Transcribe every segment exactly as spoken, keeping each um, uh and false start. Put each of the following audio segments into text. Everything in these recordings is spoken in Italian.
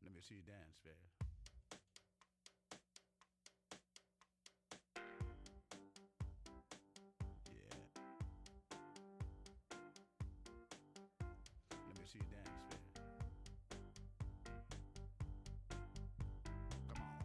Let me see you dance, man. Yeah. Let me see you dance, man. Come on.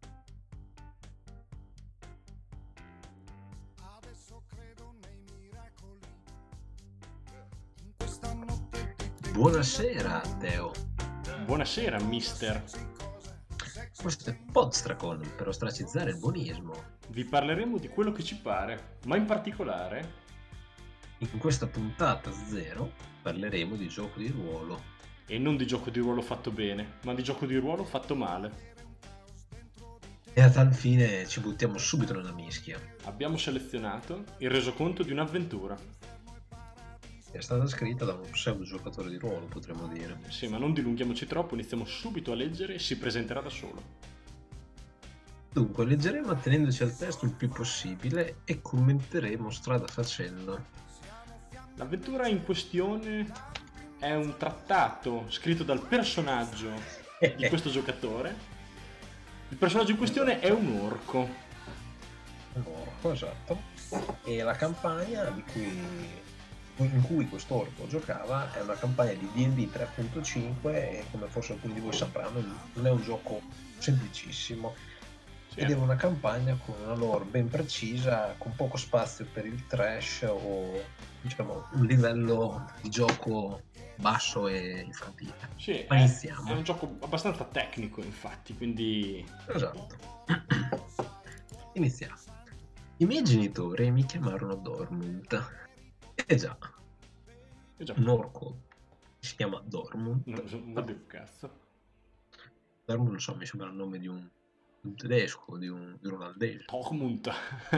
Adesso credo nei miracoli. In questa notte di Buonasera Teo, Buonasera, mister. questo è Podstracon per ostracizzare il buonismo. Vi parleremo di quello che ci pare, ma in particolare In questa puntata zero parleremo di gioco di ruolo. e non di gioco di ruolo fatto bene, ma di gioco di ruolo fatto male. E a tal fine ci buttiamo subito nella mischia. Abbiamo selezionato il resoconto di un'avventura. È stata scritta da un pseudo giocatore di ruolo, potremmo dire. Sì, ma non dilunghiamoci troppo, iniziamo subito a leggere e si presenterà da solo. Dunque, leggeremo attenendoci al testo il più possibile e commenteremo strada facendo. L'avventura in questione è un trattato scritto dal personaggio di questo giocatore. Il personaggio in questione è un orco. Orco, esatto. E la campagna di cui, in cui quest'orco giocava è una campagna di D and D tre punto cinque e come forse alcuni di voi sapranno non è un gioco semplicissimo Sì, ed è una campagna con una lore ben precisa, con poco spazio per il trash o diciamo un livello di gioco basso e infantile. sì, Ma è, iniziamo. è un gioco abbastanza tecnico, infatti, quindi Esatto. Iniziamo. I miei genitori mi chiamarono Dormund. E già, è già un orco si chiama Dormund. non so, non dico cazzo. Dormund, lo so, mi sembra il nome di un, un tedesco, di un, di un olandese. Tormund.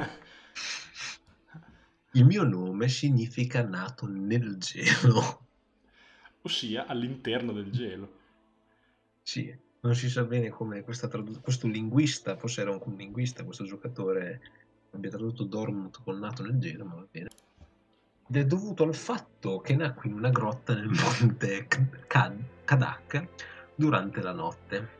Il mio nome significa nato nel gelo. Ossia all'interno del gelo. Sì, non si sa bene come questa tradu- questo linguista, forse era un, un linguista questo giocatore, abbia tradotto Dormund con nato nel gelo, ma va bene. Ed è dovuto al fatto che nacque in una grotta nel monte K- Kad- Kadak durante la notte.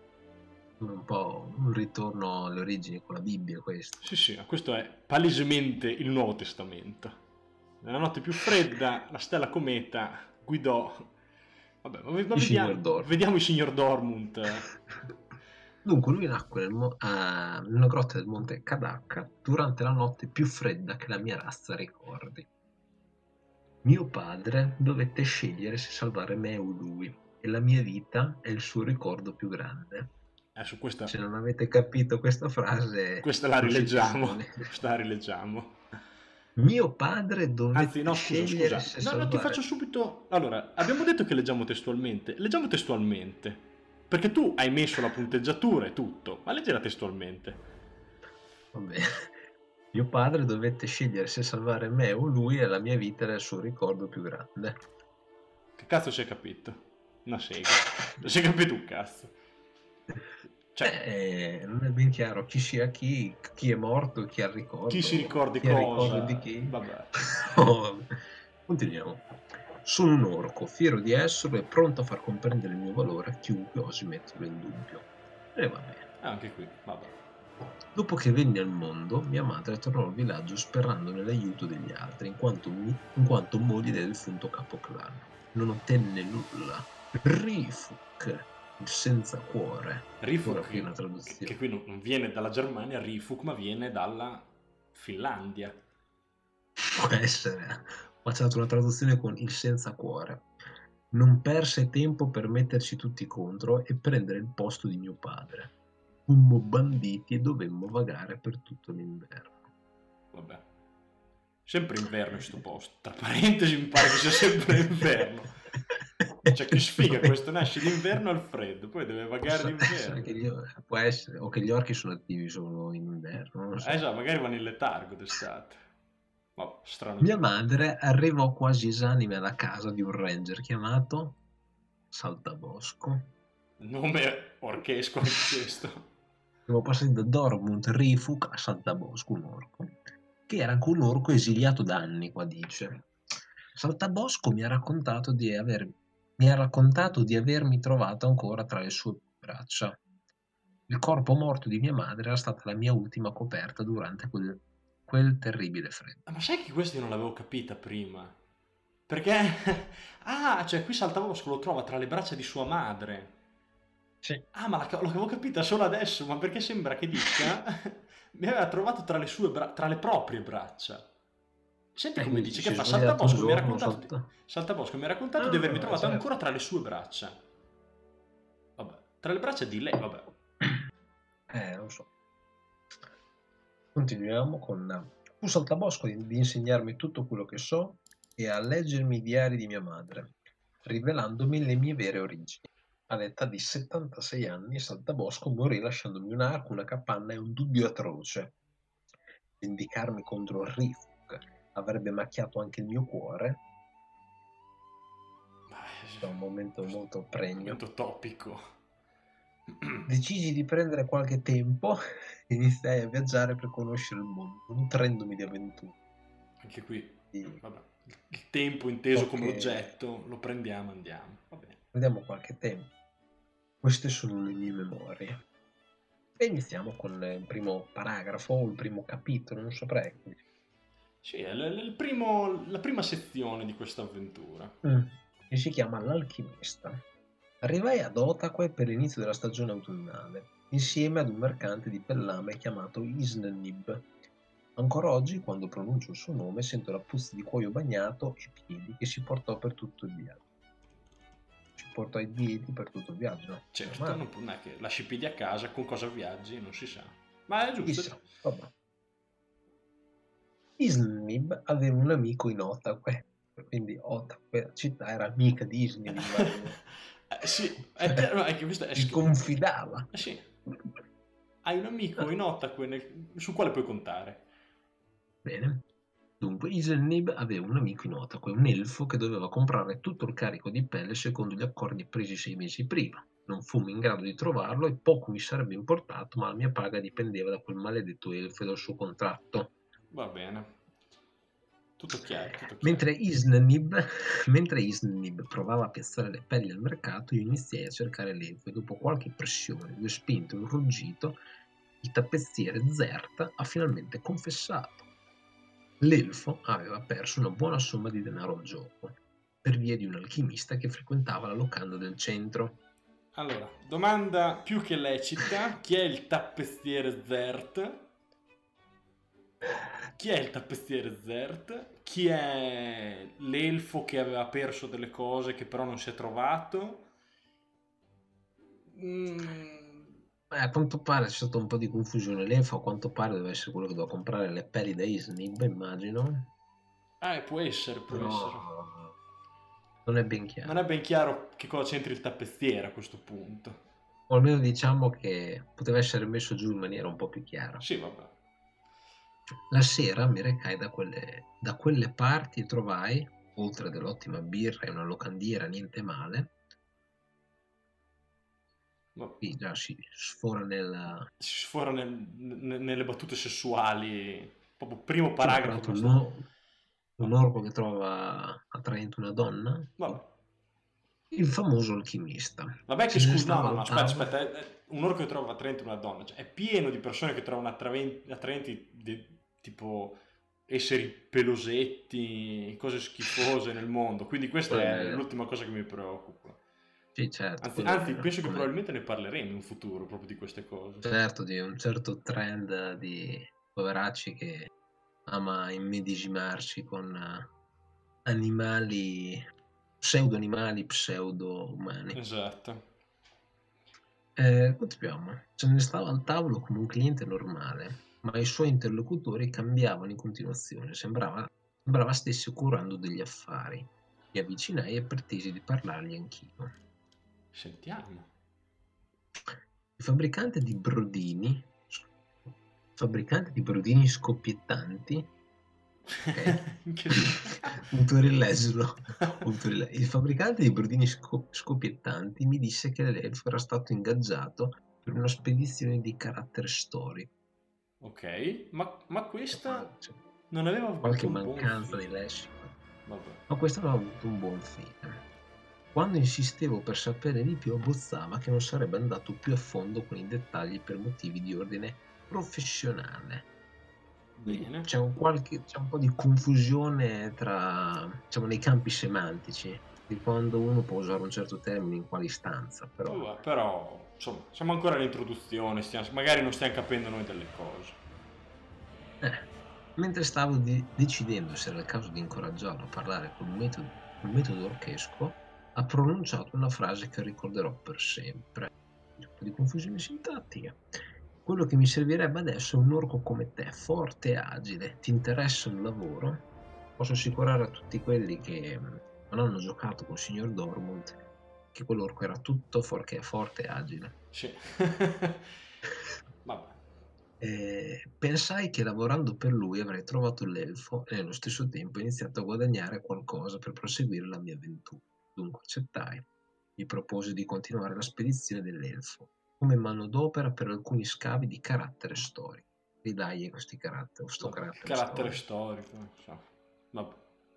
Un po' un ritorno alle origini con la Bibbia questo. Sì, sì, questo è palesemente il Nuovo Testamento. Nella notte più fredda, la stella cometa guidò... Vabbè, ma, ma Il vediamo, signor Dormund. vediamo il signor Dormund. Dunque lui nacque nel mo- a- in una grotta del monte Kadak durante la notte più fredda che la mia razza ricordi. Mio padre dovette scegliere se salvare me o lui, e la mia vita è il suo ricordo più grande. Eh, su questa, Se non avete capito questa frase, questa la non siete rileggiamo. giovani. Questa la rileggiamo. Mio padre dovette Anzi, no, scusa, scegliere scusa. se No, no, ti salvare... faccio subito... Allora, abbiamo detto che leggiamo testualmente. Leggiamo testualmente. Perché tu hai messo la punteggiatura e tutto, ma leggela testualmente. Vabbè. Mio padre dovette scegliere se salvare me o lui, e la mia vita era il suo ricordo più grande. Che cazzo ci hai capito? Una sega. Non ci hai capito un cazzo. Cioè, Eh, non è ben chiaro chi sia chi, chi è morto, chi ha il ricordo, chi si ricordi chi ha il cosa? ricordo di chi. Vabbè. Oh, vabbè. Continuiamo. Sono un orco, fiero di esserlo e pronto a far comprendere il mio valore a chiunque osi metterlo in dubbio. E va bene. Ah, anche qui, vabbè. Dopo che venni al mondo, mia madre tornò al villaggio sperando nell'aiuto degli altri, in quanto, mi- in quanto moglie del defunto capoclan. Non ottenne nulla. Rifuk, il senza cuore. Rifuk, Ora qui una che, traduzione. che qui non, non viene dalla Germania, Rifuk, ma viene dalla Finlandia. Può essere, ho facciato una traduzione con il senza cuore. Non perse tempo per metterci tutti contro e prendere il posto di mio padre. Fummo banditi e dovemmo vagare per tutto l'inverno. Vabbè. Sempre inverno in sto posto. Tra parentesi mi pare che sia sempre inverno. Cioè che sfiga questo, nasce d'inverno al freddo, poi deve vagare Può essere d'inverno. che gli, può essere, o che gli orchi sono attivi solo in inverno, non lo so. Eh già, magari vanno in letargo d'estate. Ma strano. Mia madre arrivò quasi esanime alla casa di un ranger chiamato Saltabosco. Nome orchesco anche questo. Siamo passati da Dormund Rifuk a Saltabosco, un orco, che era anche un orco esiliato da anni, qua dice. Saltabosco mi ha raccontato di aver mi ha raccontato di avermi trovato ancora tra le sue braccia. Il corpo morto di mia madre era stata la mia ultima coperta durante quel, quel terribile freddo. Ah, ma sai che questo io non l'avevo capita prima? Perché... Ah, cioè qui Saltabosco lo trova tra le braccia di sua madre. Sì. Ah, ma la- l'avevo capita solo adesso, ma perché sembra che dica... Mi aveva trovato tra le sue bra- tra le proprie braccia. Senti Eh, come quindi dice, si che è fa? svegliato un Saltabosco mi ha giorno, raccontato... di- salta. Saltabosco mi ha raccontato di avermi Ah, trovato certo. ancora tra le sue braccia. Vabbè, tra le braccia di lei, vabbè. Eh, lo so. Continuiamo con... Fu Saltabosco di, di insegnarmi tutto quello che so e a leggermi i diari di mia madre, rivelandomi le mie vere origini. All'età di settantasei anni Saltabosco morì lasciandomi un arco, una capanna e un dubbio atroce. Vendicarmi contro Rifuk avrebbe macchiato anche il mio cuore. È un momento molto pregno. Momento topico. Decisi di prendere qualche tempo e iniziai a viaggiare per conoscere il mondo, nutrendomi di avventure. Anche qui, Di- vabbè, il tempo inteso come Ok. oggetto, lo prendiamo, andiamo. Va bene. Prendiamo qualche tempo. Queste sono le mie memorie. E iniziamo con il primo paragrafo, o il primo capitolo, non saprei. Sì, è l- l- il primo- la prima sezione di questa avventura. Mm. E si chiama L'alchimista. Arrivai ad Otakwe per l'inizio della stagione autunnale, insieme ad un mercante di pellame chiamato Isnenib. Ancora oggi, quando pronuncio il suo nome, sento la puzza di cuoio bagnato e piedi che si portò per tutto il viaggio. Ci portò i piedi per tutto il viaggio, no? Certo, Normale. non, pu- non è che lasci i piedi a casa, con cosa viaggi, non si sa. Ma è giusto. Chissà, vabbè. Isnib aveva un amico in Otakwe, quindi Otakwe, la città, era amica di Isnib, immagino. Eh, sì, è chiaro, no, è che questo è Si sc- confidava. eh, sì. Hai un amico in Otakwe nel- su quale puoi contare. Bene. Dunque, Isnib aveva un amico in Otakwe, un elfo che doveva comprare tutto il carico di pelle secondo gli accordi presi sei mesi prima. Non fummo in grado di trovarlo e poco mi sarebbe importato, ma la mia paga dipendeva da quel maledetto elfo e dal suo contratto. Va bene. Tutto chiaro, tutto chiaro. Mentre Isnib, mentre Isnib provava a piazzare le pelli al mercato, io iniziai a cercare l'elfo e dopo qualche pressione, due spinte e un ruggito, il tappezziere Zert ha finalmente confessato. L'elfo aveva perso una buona somma di denaro al gioco, per via di un alchimista che frequentava la locanda del centro. Allora, domanda più che lecita: chi è il tappezziere Zert? Chi è il tappezziere Zert? Chi è l'elfo che aveva perso delle cose che però non si è trovato? Mm, Eh, a quanto pare c'è stata un po' di confusione. L'elfo a quanto pare deve essere quello che doveva comprare le pelli da Isnib, immagino. Ah, può essere, può Però essere. non è ben chiaro. Non è ben chiaro che cosa c'entri il tappezziere a questo punto. O almeno diciamo che poteva essere messo giù in maniera un po' più chiara. Sì, vabbè. La sera mi recai da quelle, da quelle parti e trovai, oltre dell'ottima birra e una locandiera niente male, Vabbè. qui già si sfora nel... Si sfora nel- ne- nelle battute sessuali. Proprio primo Sì, paragrafo. tra l'altro basta. un, or- un orco che trova attraente una donna, Vabbè. il famoso alchimista. Vabbè che Si scusa, no, stava no, al no, aspetta, tavolo. aspetta, è- è un orco che trova attraente una donna, cioè, è pieno di persone che trovano attraven- attraenti di- tipo esseri pelosetti, cose schifose nel mondo, quindi questa Quello è è vero. l'ultima cosa che mi preoccupa. Sì, certo. Anzi, quello è anzi, vero. penso che Come- probabilmente ne parleremo in futuro proprio di queste cose. Certo, di un certo trend di poveracci che ama immedesimarsi con eh, animali, pseudo-animali, pseudo-umani. Esatto. Eh, continuiamo. Ce ne stava al tavolo come un cliente normale, ma i suoi interlocutori cambiavano in continuazione. Sembrava, sembrava stesse curando degli affari. Mi avvicinai e pretesi di parlargli anch'io. Sentiamo. Il fabbricante di brodini, fabbricante di brodini scoppiettanti, Che- un tuo rileggerlo. Un tuo rile- Il fabbricante di brodini sco- scoppiettanti mi disse che l'elfo era stato ingaggiato per una spedizione di carattere storico. Ok, ma, ma questa Cioè, non aveva avuto qualche un buon mancanza fine. di lessico, Vabbè. ma questo non ha avuto un buon fine. Quando insistevo per sapere di più, abbozzava che non sarebbe andato più a fondo con i dettagli per motivi di ordine professionale. Bene. C'è un, qualche, c'è un po' di confusione tra, diciamo, nei campi semantici di quando uno può usare un certo termine in quale istanza, però Vabbè, però, insomma, siamo ancora all'introduzione, stiamo- magari non stiamo capendo noi delle cose. eh, mentre stavo di- decidendo se era il caso di incoraggiarlo a parlare col metodo, col metodo orchesco, ha pronunciato una frase che ricorderò per sempre. Un po' di confusione sintattica. Quello che mi servirebbe adesso è un orco come te, forte e agile. Ti interessa un lavoro? Posso assicurare a tutti quelli che mh, non hanno giocato con il signor Dormund che quell'orco era tutto fuorché forte e agile. Sì. Vabbè. Eh, pensai che lavorando per lui avrei trovato l'elfo e nello stesso tempo iniziato a guadagnare qualcosa per proseguire la mia avventura. Dunque accettai. Mi propose di continuare la spedizione dell'elfo come manodopera per alcuni scavi di carattere storico. Ridai questi caratteri, sto Vabbè, carattere, carattere storico. storico. Insomma. Vabbè.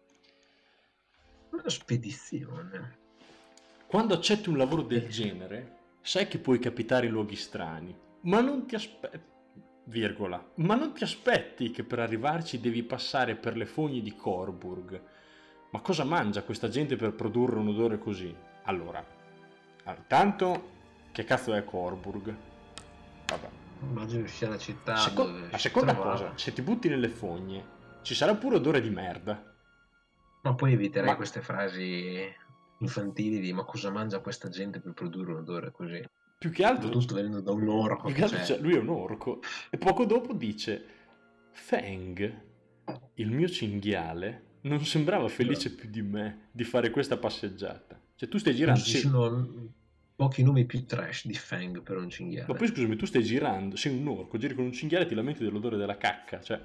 Una spedizione. Quando accetti un lavoro del Eh. genere, sai che puoi capitare in luoghi strani, ma non ti aspetti, virgola, ma non ti aspetti che per arrivarci devi passare per le fogne di Corburg. Ma cosa mangia questa gente per produrre un odore così? Allora, intanto, che cazzo è Corburg? Vabbè. Immagino sia la città Seco- dove la si seconda trovava. cosa, se ti butti nelle fogne, ci sarà pure odore di merda. Ma poi eviterei Ma- queste frasi infantili di ma cosa mangia questa gente per produrre un odore così. Più che altro, Soprattutto venendo da un orco più che che altro c'è. cioè, lui è un orco. E poco dopo dice: Feng, il mio cinghiale, non sembrava felice più di me di fare questa passeggiata. Cioè, tu stai Non girando. ci sei- sono pochi nomi più trash di Fang per un cinghiale. Ma poi scusami, tu stai girando, sei un orco, giri con un cinghiale e ti lamenti dell'odore della cacca. Cioè,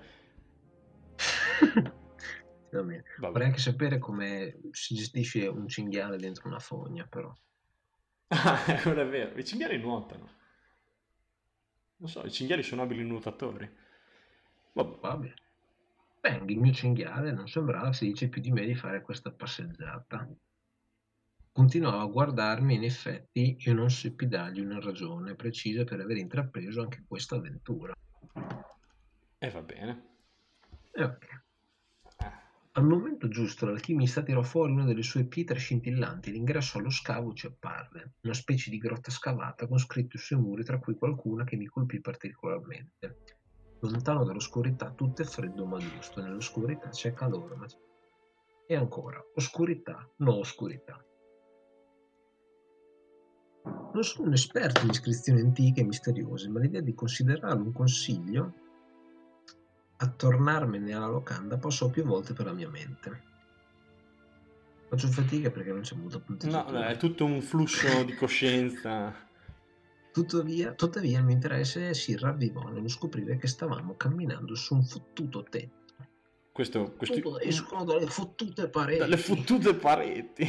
Va bene. vabbè. Vorrei anche sapere come si gestisce un cinghiale dentro una fogna, però. Ah, non è vero, i cinghiali nuotano. Non so, i cinghiali sono abili nuotatori. Vabbè. Va bene. Fang, il mio cinghiale, non sembrava felice più di me di fare questa passeggiata. Continuava a guardarmi e in effetti io non seppi dargli una ragione precisa per aver intrapreso anche questa avventura. E va bene. E ok. Al momento giusto l'alchimista tirò fuori una delle sue pietre scintillanti e l'ingresso allo scavo ci apparve, una specie di grotta scavata con scritto sui muri, tra cui qualcuna che mi colpì particolarmente. Lontano dall'oscurità tutto è freddo ma giusto, nell'oscurità c'è calore ma c'è... E ancora, oscurità, no oscurità. Non sono un esperto in iscrizioni antiche e misteriose, ma l'idea di considerarlo un consiglio a tornarmene alla locanda passò più volte per la mia mente. Faccio fatica perché non c'è molta No, punteggiatura. è tutto un flusso di coscienza. Tuttavia, tuttavia il mio interesse si ravvivò nello scoprire che stavamo camminando su un fottuto tetto. Questo, questo... Tutto escono dalle fottute pareti. dalle fottute pareti.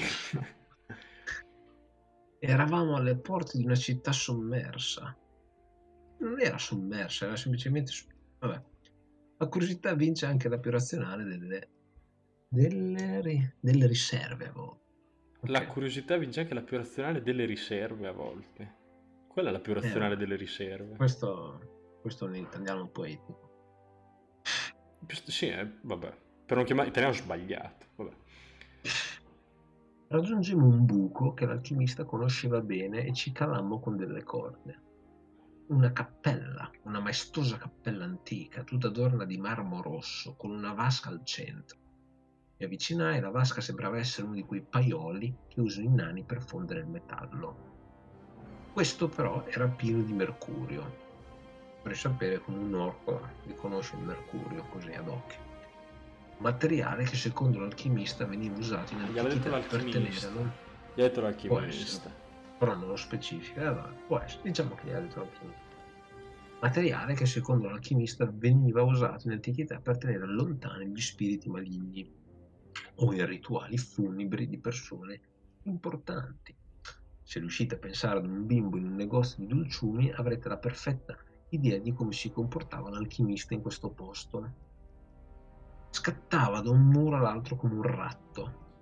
Eravamo alle porte di una città sommersa. Non era sommersa, era semplicemente... Vabbè. La curiosità vince anche la più razionale delle, delle, ri- delle riserve a volte. La Ok. curiosità vince anche la più razionale delle riserve a volte. Quella è la più razionale delle riserve. Questo, questo è un italiano poetico. Questo- Sì, eh, vabbè. Per non chiamare italiano sbagliato. Vabbè. Raggiungemmo un buco che l'alchimista conosceva bene e ci calammo con delle corde. Una cappella, una maestosa cappella antica, tutta adorna di marmo rosso, con una vasca al centro. Mi avvicinai e la vasca sembrava essere uno di quei paioli che usano i nani per fondere il metallo. Questo però era pieno di mercurio. Vorrei sapere come un orco riconosce il mercurio così ad occhio. Materiale che secondo l'alchimista veniva usato in Gli aveva detto antichità per tenere... l'alchimista. non- Gli ha detto Può l'alchimista. essere, però non lo specifica. Allora, può essere, diciamo che gli ha detto l'alchimista. Materiale che secondo l'alchimista veniva usato in antichità per tenere lontani gli spiriti maligni o in rituali funebri di persone importanti. Se riuscite a pensare ad un bimbo in un negozio di dolciumi avrete la perfetta idea di come si comportava l'alchimista in questo posto. Scattava da un muro all'altro come un ratto.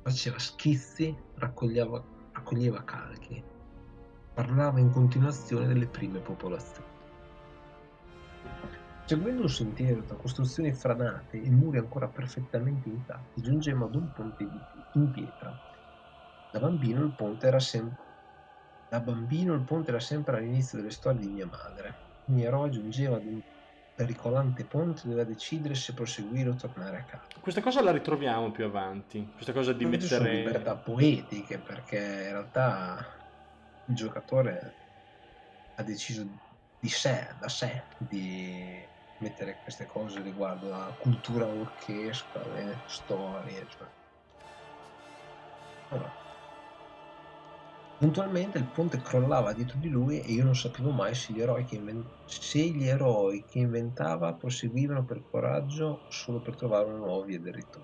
faceva schizzi, raccoglieva, raccoglieva calchi, parlava in continuazione delle prime popolazioni. Seguendo un sentiero tra costruzioni franate e muri ancora perfettamente intatti, giungemmo ad un ponte di- in pietra. Da bambino il ponte era sempre Da bambino il ponte era sempre all'inizio delle storie di mia madre. Ogni eroe giungeva ad un pericolante ponte e doveva decidere se proseguire o tornare a casa. Questa cosa la ritroviamo più avanti. Questa cosa di Invece sono libertà mettere... poetiche, perché in realtà il giocatore ha deciso di sé, da sé, di mettere queste cose riguardo la cultura orchestra, le storie, cioè. Allora, puntualmente il ponte crollava dietro di lui e io non sapevo mai se gli eroi che, inven- se gli eroi che inventava proseguivano per coraggio o solo per trovare una nuova via del ritorno.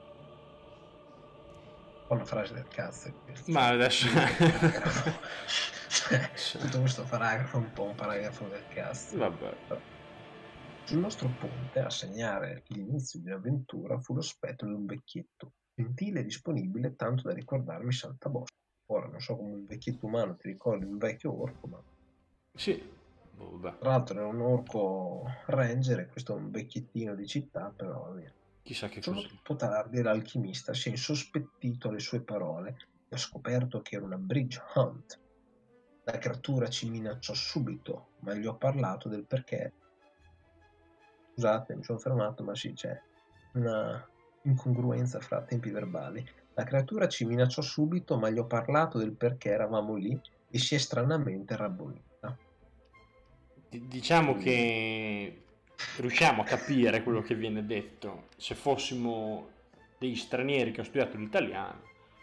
Ho una frase del cazzo è questa. Ma adesso... Paragrafo. Cioè, tutto questo paragrafo è un po' un paragrafo del cazzo. Vabbè. Sul nostro ponte a segnare l'inizio di un'avventura fu lo spettro di un vecchietto, gentile e disponibile tanto da ricordarmi Santa Bosca. Ora non so come un vecchietto umano ti ricordi un vecchio orco, ma Sì. Vabbè. tra l'altro era un orco ranger e questo è un vecchiettino di città, però via. Chissà che Solo cos'è. troppo tardi l'alchimista si è insospettito alle sue parole e ha scoperto che era una bridge hunt. La creatura ci minacciò subito, ma gli ho parlato del perché. Scusate, mi sono fermato, ma sì, c'è una incongruenza fra tempi verbali. La creatura ci minacciò subito, ma gli ho parlato del perché eravamo lì e si è stranamente rabbolita. D- diciamo che riusciamo a capire quello che viene detto. Se fossimo degli stranieri che hanno studiato l'italiano,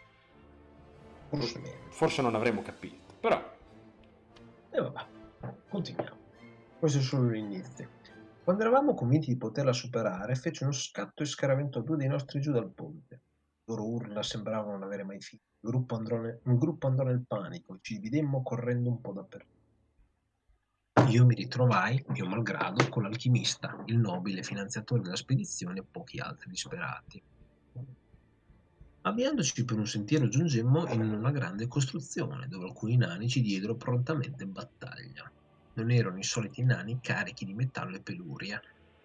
Forse meno. forse non avremmo capito. Però, E vabbè, continuiamo. Questo è solo l'inizio. Quando eravamo convinti di poterla superare, fece uno scatto e scaraventò due dei nostri giù dal ponte. Le loro urla sembravano non avere mai fine. Il gruppo andò nel, il gruppo andò nel panico e ci dividemmo correndo un po' dappertutto. Io mi ritrovai, mio malgrado, con l'alchimista, il nobile finanziatore della spedizione e pochi altri disperati. Avviandoci per un sentiero giungemmo in una grande costruzione, dove alcuni nani ci diedero prontamente battaglia. Non erano i soliti nani carichi di metallo e peluria,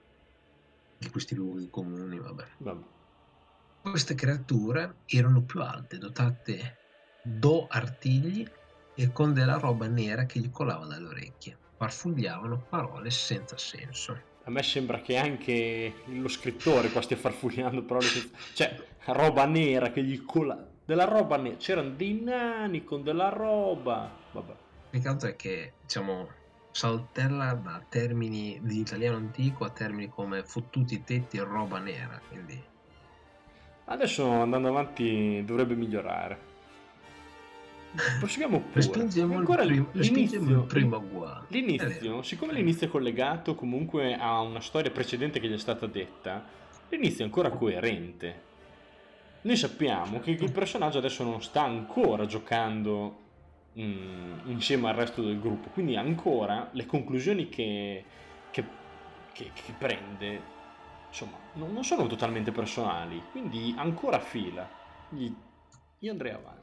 di questi luoghi comuni, vabbè. vabbè. Queste creature erano più alte, dotate do artigli e con della roba nera che gli colava dalle orecchie. Farfugliavano parole senza senso. A me sembra che anche lo scrittore qua stia farfugliando parole senza... Cioè, roba nera che gli cola... Della roba nera. C'erano dei nani con della roba. Vabbè. Il che altro è che, diciamo, saltella da termini di italiano antico a termini come fottuti tetti e roba nera, quindi... Adesso andando avanti dovrebbe migliorare. Proseguiamo pure. Respingiamo il, Ancora prim- respingiamo il l'inizio, primo agguato. È l'inizio, vero. siccome l'inizio è collegato comunque a una storia precedente che gli è stata detta, l'inizio è ancora coerente. Noi sappiamo che il personaggio adesso non sta ancora giocando mm, insieme al resto del gruppo, quindi ancora le conclusioni che, che, che, che prende, insomma, non, non sono totalmente personali, quindi ancora fila. Gli- io andrei avanti.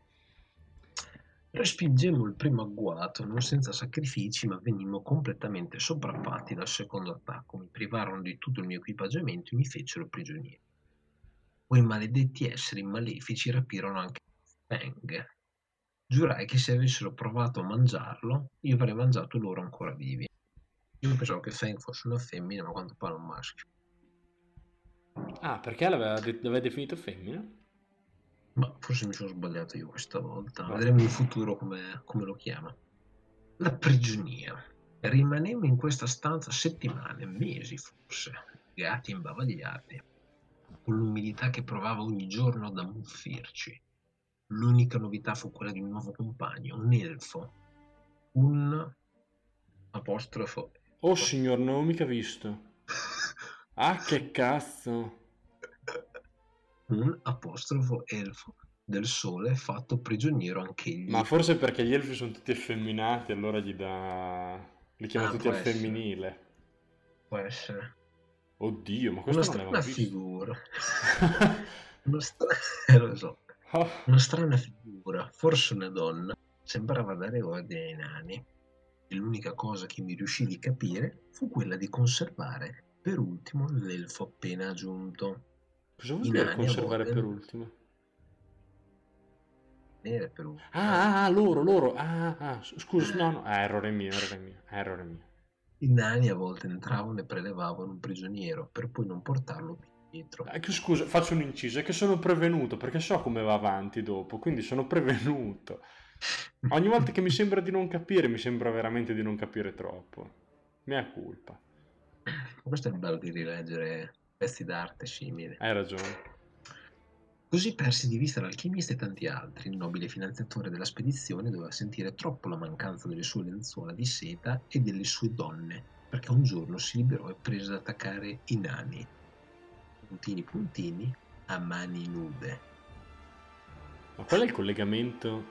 Respingemmo il primo agguato, non senza sacrifici, ma venimmo completamente sopraffatti dal secondo attacco. Mi privarono di tutto il mio equipaggiamento e mi fecero prigioniero. Quei maledetti esseri malefici rapirono anche Feng. Giurai che se avessero provato a mangiarlo, io avrei mangiato loro ancora vivi. Io pensavo che Feng fosse una femmina, ma a quanto pare un maschio. Ah, perché l'aveva, de- l'aveva definito femmina? Ma forse mi sono sbagliato io questa volta. No. Vedremo in futuro come, come lo chiama. La prigionia. Rimanemmo in questa stanza settimane, mesi forse, gatti imbavagliati, con l'umidità che provava ogni giorno ad ammuffirci. L'unica novità fu quella di un nuovo compagno, un elfo, un apostrofo. Oh signor, non ho mica visto. Ah, che cazzo. Un apostrofo elfo del sole fatto prigioniero anch'egli. Ma forse perché gli elfi sono tutti effeminati, allora gli dà... li chiama Ah, tutti può al essere. femminile. Può essere. Oddio, ma Una questo non strana l'avevo visto. figura. Una stra- eh, lo so. Oh, Una strana figura, forse una donna, sembrava dare ordine ai nani. E l'unica cosa che mi riuscì di capire fu quella di conservare per ultimo l'elfo appena aggiunto. cosa vuol I dire nani a conservare per volte ultimo? nere per ultimo. Ah, ah, ah, loro, loro. Ah, ah, s- scusa, no, no, ah, errore mio, errore mio, errore mio. I nani a volte entravano e prelevavano un prigioniero per poi non portarlo più dietro. Eh, che scusa, faccio un inciso, è che sono prevenuto, perché so come va avanti dopo, quindi sono prevenuto. Ogni volta che mi sembra di non capire, mi sembra veramente di non capire troppo. Mea colpa. Questo è il bello di rileggere pezzi d'arte simili. Hai ragione. Così persi di vista l'alchimista e tanti altri. Il nobile finanziatore della spedizione doveva sentire troppo la mancanza delle sue lenzuola di seta e delle sue donne, perché un giorno si liberò e prese ad attaccare i nani. Puntini puntini a mani nude. Ma qual è il collegamento?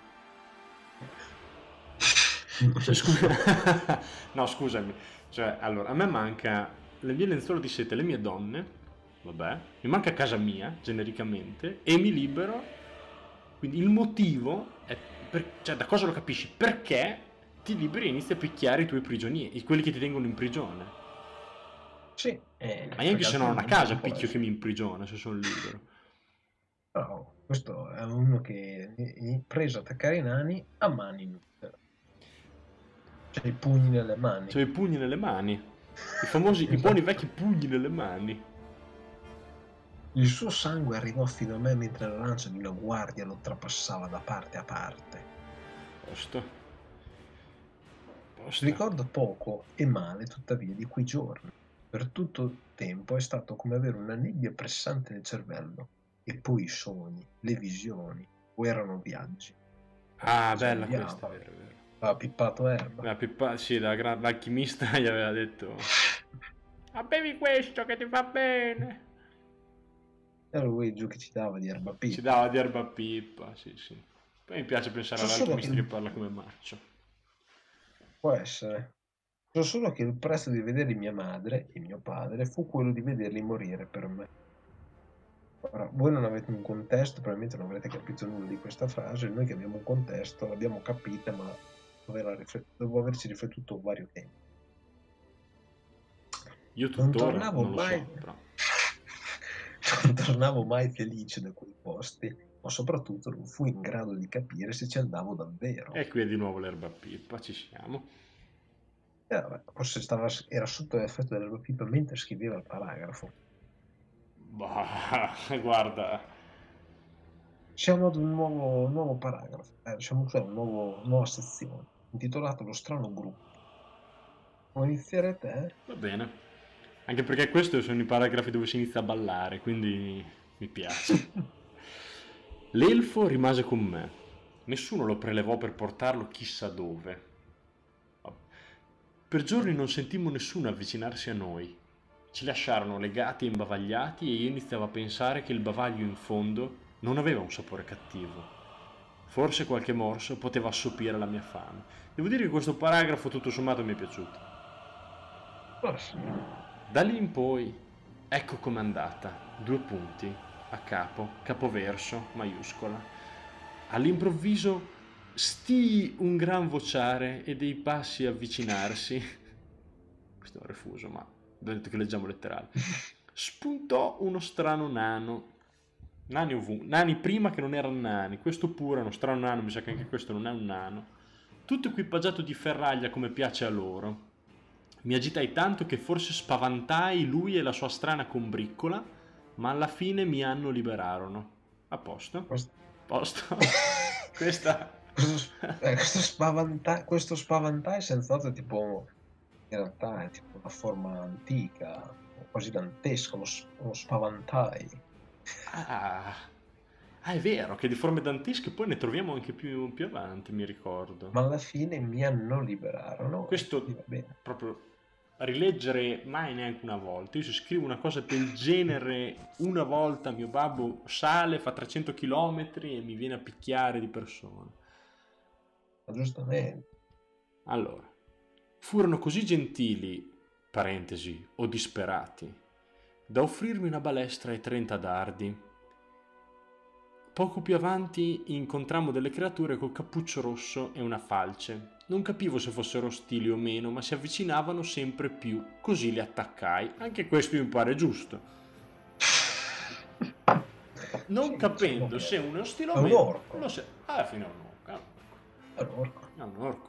Cioè, scusa... no, scusami. Cioè, allora, a me manca le mie lenzuola di seta e le mie donne, vabbè, mi manca casa mia, genericamente, e mi libero. Quindi il motivo è... Per... Cioè, da cosa lo capisci? Perché ti liberi e inizi a picchiare i tuoi prigionieri, quelli che ti tengono in prigione. Sì, eh, Ma neanche se non ho una casa, può picchio essere. che mi imprigiona, se sono libero. Però questo è uno che è preso ad attaccare i nani a mani nude. Cioè i pugni nelle mani. C'ho i pugni nelle mani. I famosi, i buoni vecchi pugni nelle mani. Il suo sangue arrivò fino a me mentre la lancia di una guardia lo trapassava da parte a parte. Posto. Posto. Ricordo poco e male, tuttavia, di quei giorni. Per tutto il tempo è stato come avere una nebbia pressante nel cervello. E poi i sogni, le visioni, o erano viaggi. Ah, bella Sbagliava. questa, è vero, è vero. Ha pippato erba. La pippa, sì, la gra- l'alchimista gli aveva detto: "Ah, bevi questo che ti fa bene." Era lui giù che ci dava di erba Ci pippa. dava di erba a pippa, sì, sì. Poi mi piace pensare So solo all'alchimista che- che parla come Marcio. Può essere. So solo che il prezzo di vedere mia madre e mio padre fu quello di vederli morire per me. Ora, voi non avete un contesto, probabilmente non avrete capito nulla di questa frase, noi che abbiamo un contesto l'abbiamo capita, ma dovevo, riflet- dovevo averci riflettuto vario tempo. Io Non tuttora tornavo non lo mai, so, però. non tornavo mai felice da quei posti, ma soprattutto non fui in grado di capire se ci andavo davvero. E qui è di nuovo l'erba a pippa, ci siamo. Eh, vabbè, forse stava, era sotto l'effetto dell'erba pippa mentre scriveva il paragrafo. Bah, guarda, Siamo ad un nuovo, nuovo paragrafo, eh, siamo cioè una nuova sezione, intitolata Lo strano gruppo. Vuoi iniziare te? va bene. Anche perché questi sono i paragrafi dove si inizia a ballare, quindi mi piace. L'elfo rimase con me. Nessuno lo prelevò per portarlo chissà dove. Per giorni non sentimmo nessuno avvicinarsi a noi. Ci lasciarono legati e imbavagliati e io iniziavo a pensare che il bavaglio in fondo non aveva un sapore cattivo. Forse qualche morso poteva assopire la mia fame. Devo dire che questo paragrafo tutto sommato mi è piaciuto. Oh, sì. Da lì in poi, ecco com'è andata. Due punti, a capo, capoverso, maiuscola. All'improvviso stì un gran vociare e dei passi avvicinarsi. Questo è un refuso, ma ho detto che leggiamo letterali. Spuntò uno strano nano. Nani ovunque. Nani prima che non erano nani. Questo pure è uno strano nano, mi sa che anche questo non è un nano. Tutto equipaggiato di ferraglia come piace a loro. Mi agitai tanto che forse spavantai lui e la sua strana combriccola, ma alla fine mi hanno liberarono. A posto? Questo, Posto? Questa... questo, eh, questo spavantai, questo spavantai senz'altro è tipo, in realtà è tipo una forma antica, quasi dantesca, uno, s- uno spavantai. Ah, ah, è vero, che di forme dantesche poi ne troviamo anche più, più avanti, mi ricordo. Ma alla fine mi hanno liberarono. Questo e va bene. proprio rileggere mai neanche una volta. Io se scrivo una cosa del genere una volta, mio babbo sale, fa trecento chilometri e mi viene a picchiare di persona. Ma giustamente. Allora, furono così gentili, parentesi, o disperati, da offrirmi una balestra e trenta dardi. Poco più avanti incontrammo delle creature col cappuccio rosso e una falce. Non capivo se fossero ostili o meno, ma si avvicinavano sempre più, così li attaccai. Anche questo mi pare giusto. Non Sì, capendo diciamo che se uno è ostile è o un meno, orco. lo sa. Alla fine è un orco. È un orco. È un orco.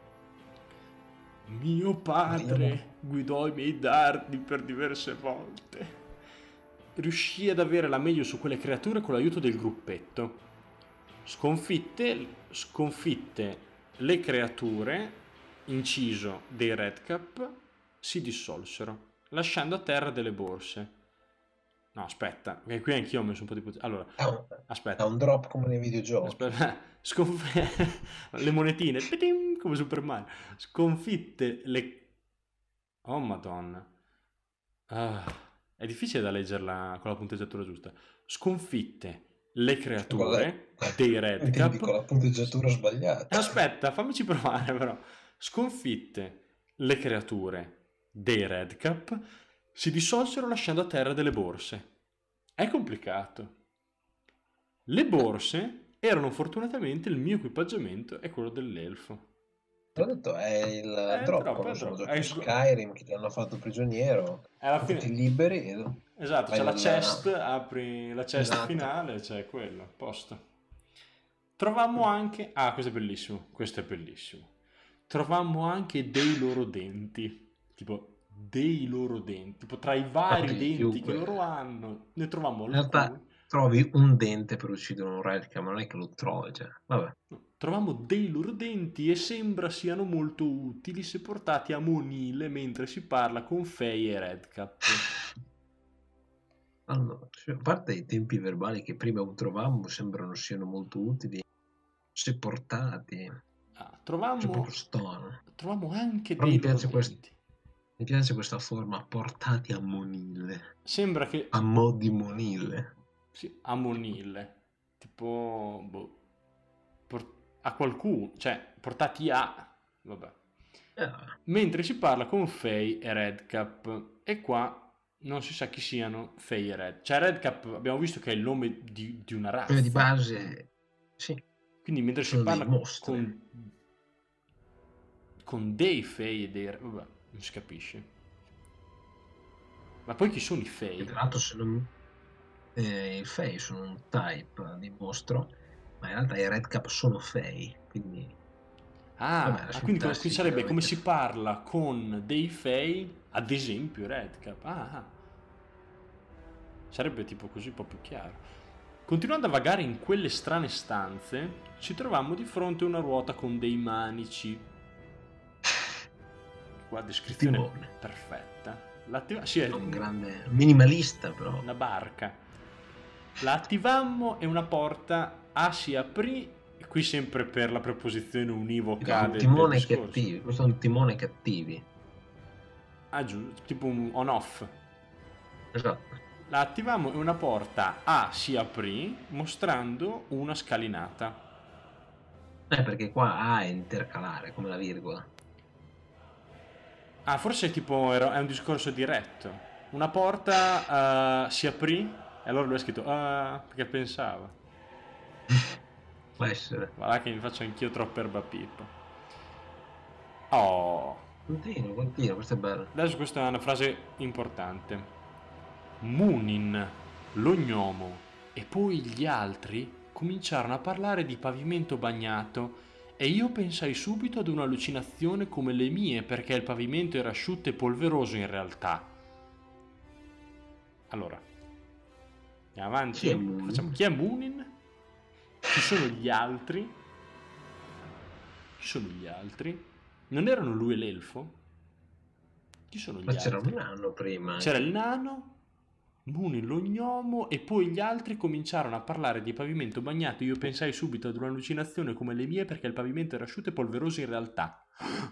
Mio Ma padre io guidò i miei dardi per diverse volte. Riuscì ad avere la meglio su quelle creature con l'aiuto del gruppetto. Sconfitte, sconfitte le creature, inciso dei Redcap, si dissolsero, lasciando a terra delle borse. No, aspetta, perché qui anch'io ho messo un po' di potenza. Allora, È un, è aspetta, un drop come nei videogiochi. aspetta, sconf- le monetine, pitim, come Super Mario. Sconfitte le... Oh, madonna. Ah, è difficile da leggerla con la punteggiatura giusta. Sconfitte le creature dei Intendi con la Redcap. punteggiatura sbagliata. Aspetta, fammici provare però. Sconfitte le creature dei Redcap, si dissolsero lasciando a terra delle borse. È complicato. Le borse erano fortunatamente il mio equipaggiamento e quello dell'elfo. L'ho detto, è il È drop, drop, quando è sono drop. giochi È su sc- Skyrim che ti hanno fatto prigioniero, Alla tu fine- ti liberi e Esatto, vai c'è la nella- chest, apri la chest Esatto. finale, c'è quello, a posto. Trovammo anche... Ah, questo è bellissimo, questo è bellissimo. Trovammo anche dei loro denti, tipo dei loro denti, tipo tra i vari Vabbè, denti più che que- loro hanno, ne trovammo In realtà alcuni. trovi un dente per uccidere un Redcap, ma non è che lo trovi, cioè, vabbè. No, trovammo dei loro denti e sembra siano molto utili se portati a monile mentre si parla con Fei e Redcap. Allora, cioè, a parte i tempi verbali che prima trovammo sembrano siano molto utili, se portati, Ah, c'è trovammo, proprio stono. trovammo anche Però dei mi loro piace questo. denti. Mi piace questa forma, portati a monille, Sembra che... a mo' di monille. Sì, a monile. Tipo... Boh, por- a qualcuno, cioè portati a... Vabbè. Ah, Mentre si parla con Fei e Redcap. E qua non si sa chi siano Fei e Red. Cioè Redcap abbiamo visto che è il nome di, di una razza. quelle di base, sì, Quindi mentre si sono dei parla mostri. con, con dei Fei e dei Red, vabbè, non si capisce. Ma poi chi sono i Che Fei? tra l'altro se non... eh, i Fey sono un type di mostro, ma in realtà i Redcap sono Fey, quindi... Ah, Vabbè, la ah, quindi, sintassi quindi sarebbe come chiaramente- si parla con dei Fei, ad esempio Redcap. Ah, ah. Sarebbe tipo così un po' più chiaro. Continuando a vagare in quelle strane stanze, ci trovammo di fronte a una ruota con dei manici. Qua descrizione Timone. perfetta. L'attiva- sì, è È un grande minimalista, però. una barca. La attivammo e una porta A si aprì. Qui sempre per la preposizione univoca un del, timone del discorso. cattivi, questo è un timone cattivi. Ah, giù, tipo un on-off. Esatto. La attivammo e una porta A si aprì mostrando una scalinata. Eh, perché qua A è intercalare, come la virgola. Ah, forse tipo era- è un discorso diretto. Una porta eh, si aprì e allora lui ha scritto ah, perché pensava. Può essere. Guarda che mi faccio anch'io troppo erba pippa. Oh, Continua, continua, questo è bello. adesso questa è una frase importante. Munin, lo gnomo e poi gli altri cominciarono a parlare di pavimento bagnato e io pensai subito ad un'allucinazione come le mie perché il pavimento era asciutto e polveroso in realtà. Allora, andiamo avanti. Chi è Munin? Facciamo, chi è Munin? Chi sono gli altri? Chi sono gli altri? Non erano lui e l'elfo? Chi sono gli Ma c'era altri? un anno prima. C'era il nano, Munin lo gnomo e poi gli altri cominciarono a parlare di pavimento bagnato. Io pensai subito ad un'allucinazione come le mie perché il pavimento era asciutto e polveroso in realtà.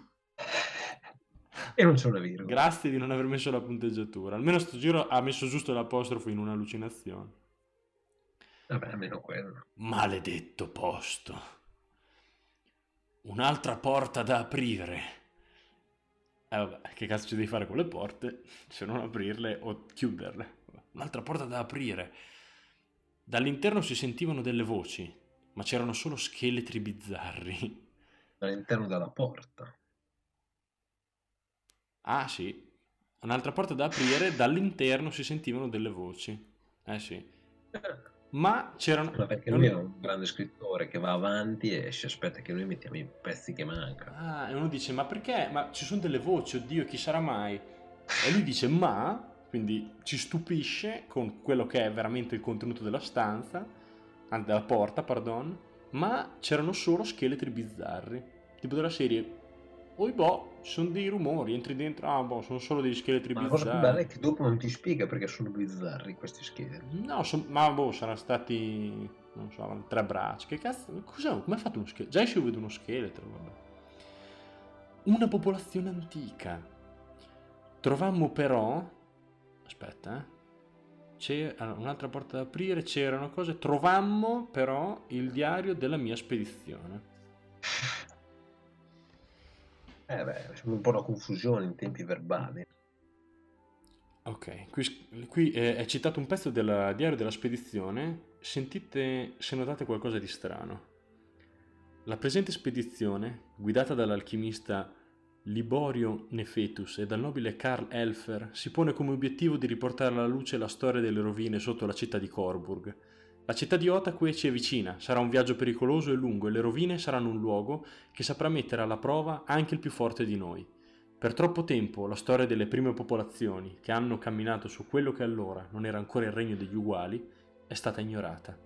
E non c'è una virgola. Grazie di non aver messo la punteggiatura. Almeno sto giro ha messo giusto l'apostrofo in un'allucinazione. Vabbè, almeno quello. Maledetto posto. Un'altra porta da aprire. Eh vabbè, che cazzo ci devi fare con le porte se non aprirle o chiuderle? Un'altra porta da aprire. Dall'interno si sentivano delle voci, ma c'erano solo scheletri bizzarri. All'interno della porta. Ah sì, un'altra porta da aprire, dall'interno si sentivano delle voci. Eh sì. Ma c'erano... Ma perché non- lui è un grande scrittore che va avanti e si aspetta che noi mettiamo i pezzi che mancano. Ah, e uno dice, ma perché? Ma ci sono delle voci, oddio, chi sarà mai? E lui dice, ma... Quindi ci stupisce con quello che è veramente il contenuto della stanza, anzi della porta, pardon, ma c'erano solo scheletri bizzarri. Tipo della serie, oi boh, ci sono dei rumori, entri dentro, ah boh, sono solo dei scheletri Ma la cosa più bella bizzarri. è che dopo non ti spiega perché sono bizzarri questi scheletri. No, son- ma boh, saranno stati, non so, avevano tre braccia. Che cazzo, cos'è? Come ha fatto uno scheletro? Già io vedo uno scheletro, vabbè. Una popolazione antica. Trovammo però... Aspetta, eh. C'è allora, un'altra porta da aprire, c'erano cose. Trovammo però il diario della mia spedizione. Eh beh, sembra un po' una confusione in tempi verbali. Ok, qui, qui è, è citato un pezzo del diario della spedizione. Sentite se notate qualcosa di strano. La presente spedizione, guidata dall'alchimista Liborio Nefetus e dal nobile Karl Elfer, si pone come obiettivo di riportare alla luce la storia delle rovine sotto la città di Korburg. La città di Otakue ci è vicina, sarà un viaggio pericoloso e lungo e le rovine saranno un luogo che saprà mettere alla prova anche il più forte di noi. Per troppo tempo la storia delle prime popolazioni che hanno camminato su quello che allora non era ancora il regno degli uguali è stata ignorata.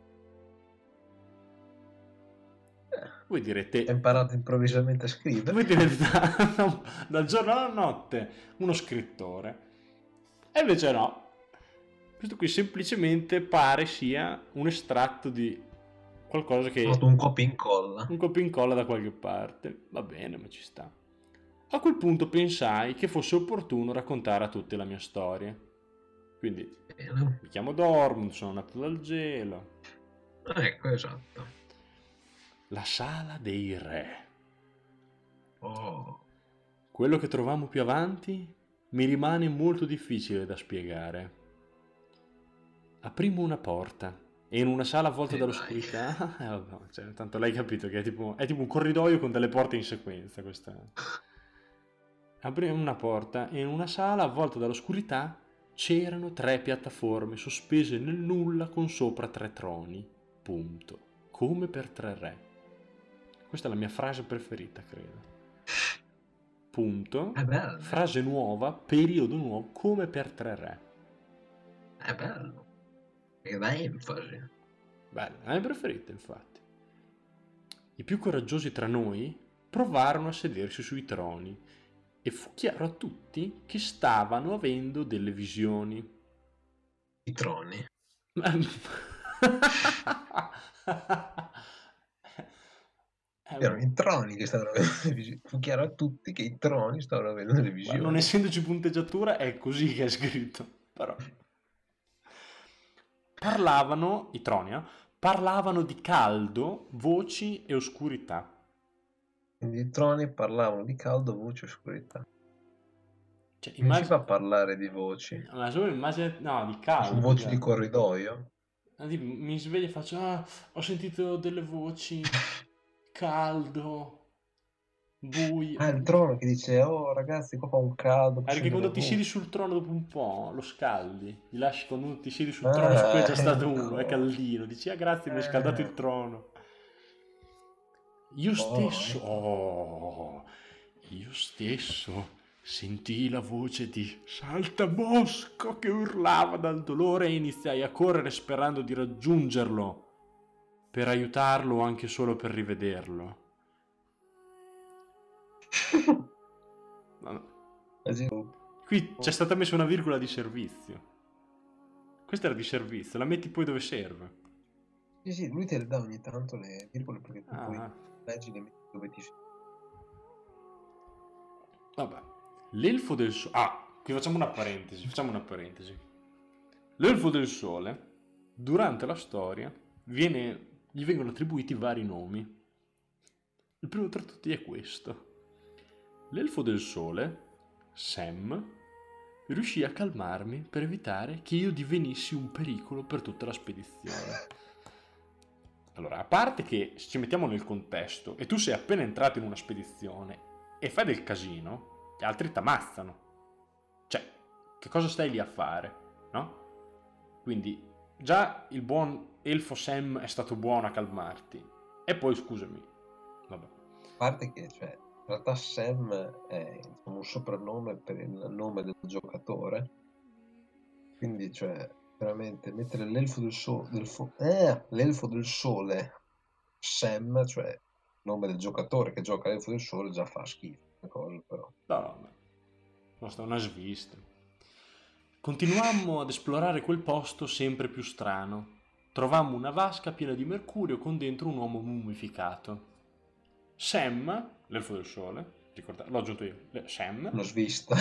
Voi direte, Hai imparato improvvisamente a scrivere. voi direte da- dal giorno alla notte uno scrittore. E invece no. Questo qui semplicemente pare sia un estratto di qualcosa Ho che... fatto un copia e incolla. un copia e incolla da qualche parte. Va bene, ma ci sta. A quel punto pensai che fosse opportuno raccontare a tutti la mia storia. Quindi, Bene. mi chiamo Dormund, sono nato dal gelo. Ecco, esatto. La sala dei re. Oh. Quello che trovammo più avanti mi rimane molto difficile da spiegare. Aprimmo una porta e in una sala avvolta E dall'oscurità... Eh, vabbè, cioè, tanto l'hai capito che è tipo, è tipo un corridoio con delle porte in sequenza questa. Aprimmo una porta e in una sala avvolta dall'oscurità c'erano tre piattaforme sospese nel nulla con sopra tre troni. Punto. Come per tre re. Questa è la mia frase preferita, credo. Punto. È bello. Frase nuova, periodo nuovo, come per tre re. È bello. Che dà enfasi. Bella, la mia preferita, infatti. I più coraggiosi tra noi provarono a sedersi sui troni e fu chiaro a tutti che stavano avendo delle visioni. I troni. Erano i troni che stavano avendo le visioni. Fu chiaro a tutti che i troni stavano avendo le Ma visioni. non essendoci punteggiatura è così che è scritto. Però parlavano, i troni, eh, parlavano di caldo, voci e oscurità. Quindi i troni parlavano di caldo, voce e oscurità. Cioè, Non si immagini... fa parlare di voci. Ma solo immagina... No, di Sono caldo. voci più di che altro. corridoio. Ah, tipo, mi sveglio e faccio, ah, ho sentito delle voci, caldo, buio. Ah, il trono che dice, oh ragazzi, qua fa un caldo, Ah, qua perché sento quando le ti siedi voci. sul trono dopo un po' lo scaldi, gli lasci quando ti siedi sul trono su cui è Ah, già stato uno, è ecco. caldino, dici, ah grazie, mi hai scaldato il Eh. trono. Io Oh, stesso, ecco. oh, io stesso sentii la voce di Saltabosco che urlava dal dolore e iniziai a correre sperando di raggiungerlo, per aiutarlo o anche solo per rivederlo. No, no. Qui c'è stata messa una virgola di servizio. Questa era di servizio, la metti poi dove serve. Sì, sì, lui te le dà ogni tanto le virgole perché tu poi Ah, leggi le metti dove ti sei. vabbè. L'elfo del sole... Ah, qui facciamo una parentesi, facciamo una parentesi. L'elfo del sole, durante la storia, viene... gli vengono attribuiti vari nomi. Il primo tra tutti è questo. L'elfo del sole, Sam, riuscì a calmarmi per evitare che io divenissi un pericolo per tutta la spedizione. Allora, a parte che se ci mettiamo nel contesto e tu sei appena entrato in una spedizione e fai del casino, gli altri t'ammazzano. Cioè, che cosa stai lì a fare, no? Quindi già il buon Elfo Sam è stato buono a calmarti. E poi, scusami, vabbè. A parte che, cioè, in realtà Sam è insomma, un soprannome per il nome del giocatore, quindi, cioè, veramente mettere l'elfo del sole, del fo- eh, l'elfo del sole, Sam, cioè, nome del giocatore che gioca l'elfo del sole, già fa schifo, una cosa, però. No, no, no. Basta una svista. Continuammo ad esplorare quel posto sempre più strano. Trovammo una vasca piena di mercurio con dentro un uomo mummificato. Sam, l'elfo del sole, ricordate, l'ho aggiunto io, le- Sam, Una svista.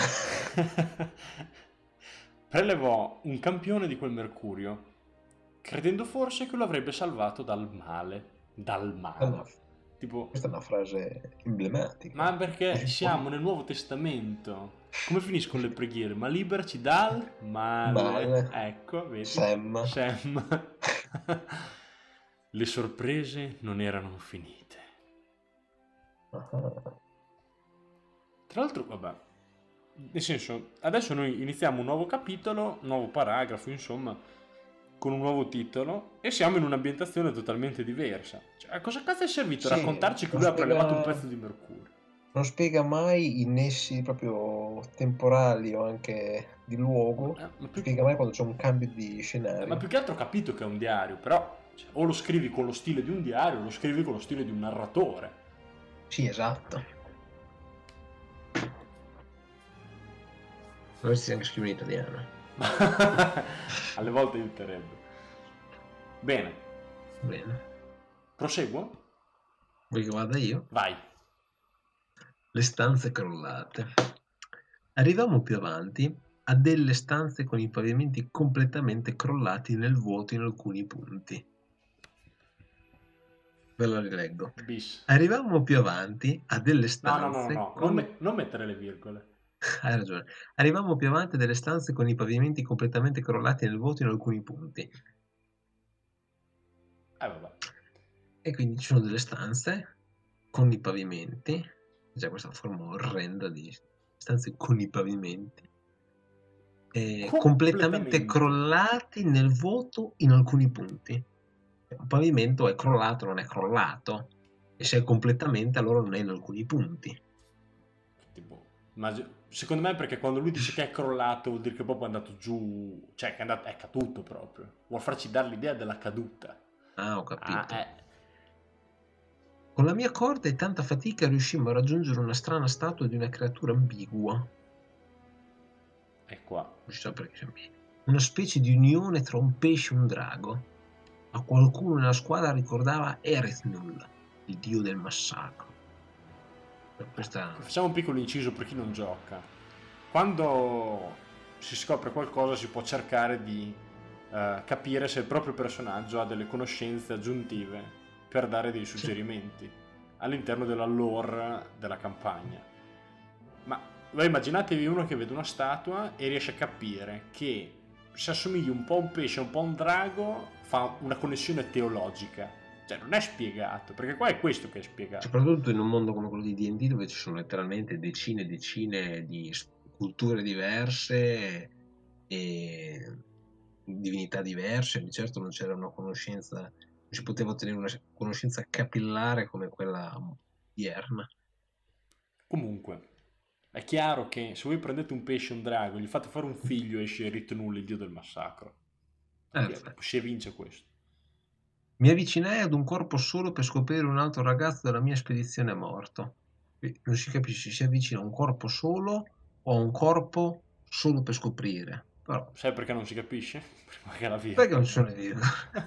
prelevò un campione di quel mercurio, credendo forse che lo avrebbe salvato dal male. Dal È male. una- Tipo, Questa è una frase emblematica. ma perché Dici, siamo nel Nuovo Testamento? Come finiscono le preghiere? Ma liberaci dal male. Male. Ecco, vedi? Sam. Sam. Le sorprese non erano finite. Ah, Tra l'altro, vabbè, nel senso, adesso noi iniziamo un nuovo capitolo, un nuovo paragrafo, insomma, con un nuovo titolo e siamo in un'ambientazione totalmente diversa. Cioè, a cosa cazzo è servito Sì, raccontarci che non lui ha spiega- prelevato un pezzo di mercurio? non spiega mai i nessi proprio temporali o anche di luogo. Eh, ma, Non più, spiega mai quando c'è un cambio di scenario. ma più che altro ho capito che è un diario, però cioè, o lo scrivi con lo stile di un diario o lo scrivi con lo stile di un narratore. Sì, esatto. Dovresti anche scrivere in italiano. Alle volte aiuterebbe. Bene, Bene. proseguo? Vuoi che vada io? Vai. Le stanze crollate. Arrivammo più avanti a delle stanze con i pavimenti completamente crollati nel vuoto in alcuni punti. Ve lo rileggo. Bis. Arrivammo più avanti a delle No, no, no, stanze no, con... non, me- non mettere le virgole. Hai ragione. Arrivammo più avanti a delle stanze con i pavimenti completamente crollati nel vuoto in alcuni punti. Eh, vabbè. E quindi ci sono delle stanze con i pavimenti, già questa forma orrenda di stanze con i pavimenti, eh, completamente Completamente. crollati nel vuoto in alcuni punti. Un pavimento è crollato, non è crollato, e se è completamente allora non è in alcuni punti. Tipo, immagino- secondo me è perché quando lui dice che è crollato vuol dire che proprio è andato giù, cioè che è, andato, è caduto proprio. Vuol farci dare l'idea della caduta. Ah, ho capito. Ah, eh. Con la mia corda e tanta fatica riuscimmo a raggiungere una strana statua di una creatura ambigua. È qua. Non si sa perché sia ambigua. Una specie di unione tra un pesce e un drago. A qualcuno nella squadra ricordava Erethnul, il dio del massacro. Questa... Facciamo un piccolo inciso per chi non gioca. Quando si scopre qualcosa si può cercare di eh, capire se il proprio personaggio ha delle conoscenze aggiuntive per dare dei suggerimenti all'interno della lore della campagna. Ma voi immaginatevi uno che vede una statua e riesce a capire che se assomigli un po' a un pesce, un po' a un drago, fa una connessione teologica. Cioè non è spiegato, perché qua è questo che è spiegato. Soprattutto in un mondo come quello di D and D dove ci sono letteralmente decine e decine di s- culture diverse e divinità diverse, di certo non c'era una conoscenza, non si poteva ottenere una conoscenza capillare come quella odierna. Comunque, è chiaro che se voi prendete un pesce e un drago, gli fate fare un figlio, esce Ritnul, il dio del massacro. Eh, Si evince questo. Mi avvicinai ad un corpo solo per scoprire un altro ragazzo della mia spedizione morto. Qui non si capisce se si avvicina a un corpo solo o a un corpo solo per scoprire. Però, Sai perché non si capisce? Perché la via. perché non ci sono le virgole?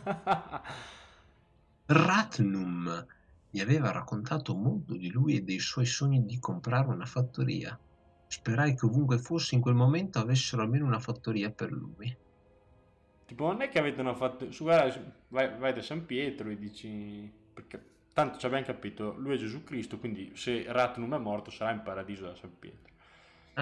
Ratnum mi aveva raccontato molto di lui e dei suoi sogni di comprare una fattoria. Sperai che ovunque fosse in quel momento avessero almeno una fattoria per lui. Tipo, non è che avete una fattoria... Su, guarda, vai, vai da San Pietro e dici... Perché tanto ci abbiamo capito, lui è Gesù Cristo, quindi se Ratnum è morto sarà in paradiso da San Pietro. Eh,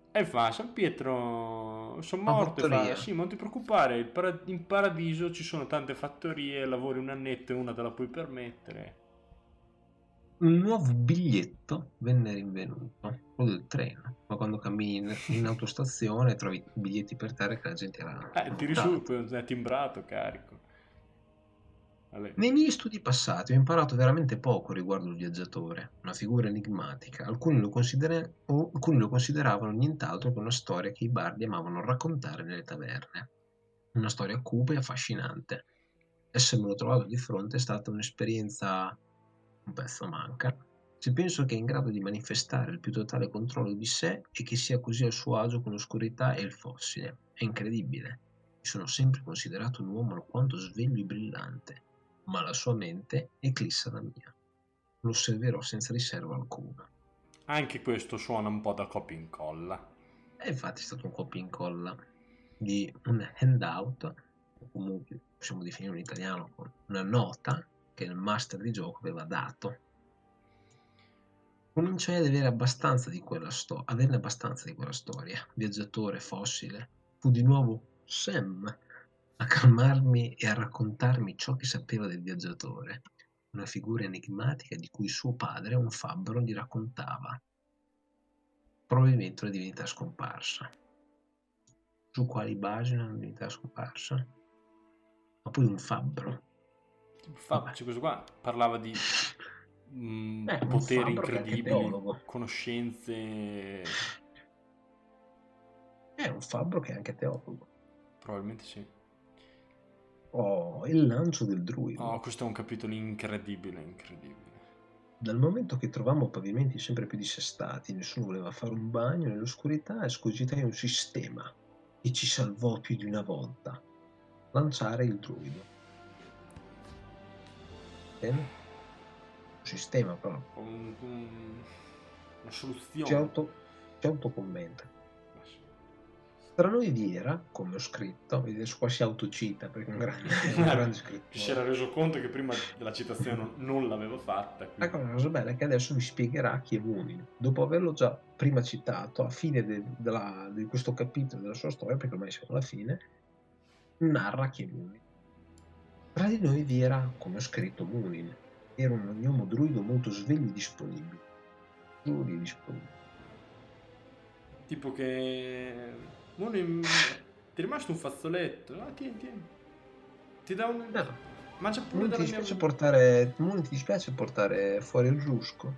E fa, San Pietro, sono Una morto. E fa, fattoria. sì, ma non ti preoccupare, il para- in paradiso ci sono tante fattorie, lavori un annetto e una te la puoi permettere. Un nuovo biglietto venne rinvenuto, quello del treno. Ma quando cammini in, in autostazione trovi biglietti per terra che la gente era Eh, tiri su, è timbrato, carico. Vabbè. Nei miei studi passati ho imparato veramente poco riguardo il viaggiatore, una figura enigmatica. Alcuni lo, considera- o- alcuni lo consideravano nient'altro che una storia che i bardi amavano raccontare nelle taverne. Una storia cupa e affascinante. Essermelo trovato di fronte è stata un'esperienza un pezzo manca. Se penso che è in grado di manifestare il più totale controllo di sé e che sia così a suo agio con l'oscurità e il fossile. È incredibile. Mi sono sempre considerato un uomo alquanto sveglio e brillante, ma la sua mente eclissa la mia. Lo osserverò senza riserva alcuna. Anche questo suona un po' da copia e incolla. E infatti è stato un copia e incolla di un handout, o comunque possiamo definire in italiano con una nota che il master di gioco aveva dato. Cominciai ad avere abbastanza di quella sto- averne abbastanza di quella storia. Viaggiatore fossile. Fu di nuovo Sam a calmarmi e a raccontarmi ciò che sapeva del viaggiatore, una figura enigmatica di cui suo padre, un fabbro, gli raccontava. Probabilmente una divinità scomparsa. Su quali basi una divinità scomparsa? Ma poi un fabbro. Fa, cioè, questo qua parlava di mm, Beh, un poteri fabbro che è anche incredibili, teologo. conoscenze. È un fabbro che è anche teologo. Probabilmente sì. Oh, il lancio del druido. Oh, questo è un capitolo incredibile, incredibile. Dal momento che trovammo pavimenti sempre più dissestati, nessuno voleva fare un bagno nell'oscurità, escogitai un sistema che ci salvò più di una volta. Lanciare il druido. Bene? Un sistema proprio. Un- un- una Ci, soluzione. auto, ci autocommenta. Tra noi vi era, come ho scritto, vedi, adesso qua si autocita perché è un grande, è un grande scrittore. Si era reso conto che prima della citazione non, non l'aveva fatta. La Quindi... cosa bella è che adesso vi spiegherà chi è Munin. Dopo averlo già prima citato, a fine de- della- di questo capitolo della sua storia, perché ormai siamo alla fine, narra chi è Munin. Tra di noi vi era, come ho scritto, Munin. Era un gnomo druido molto sveglio e disponibile. Giuri disponibile. Tipo che... Uno in- Ti è rimasto un fazzoletto. Ah, tieni, tieni. Ti dà un... No, Mangia pure Munin ti dalla mia... dispiace portare, Munin, ti dispiace portare fuori il rusco?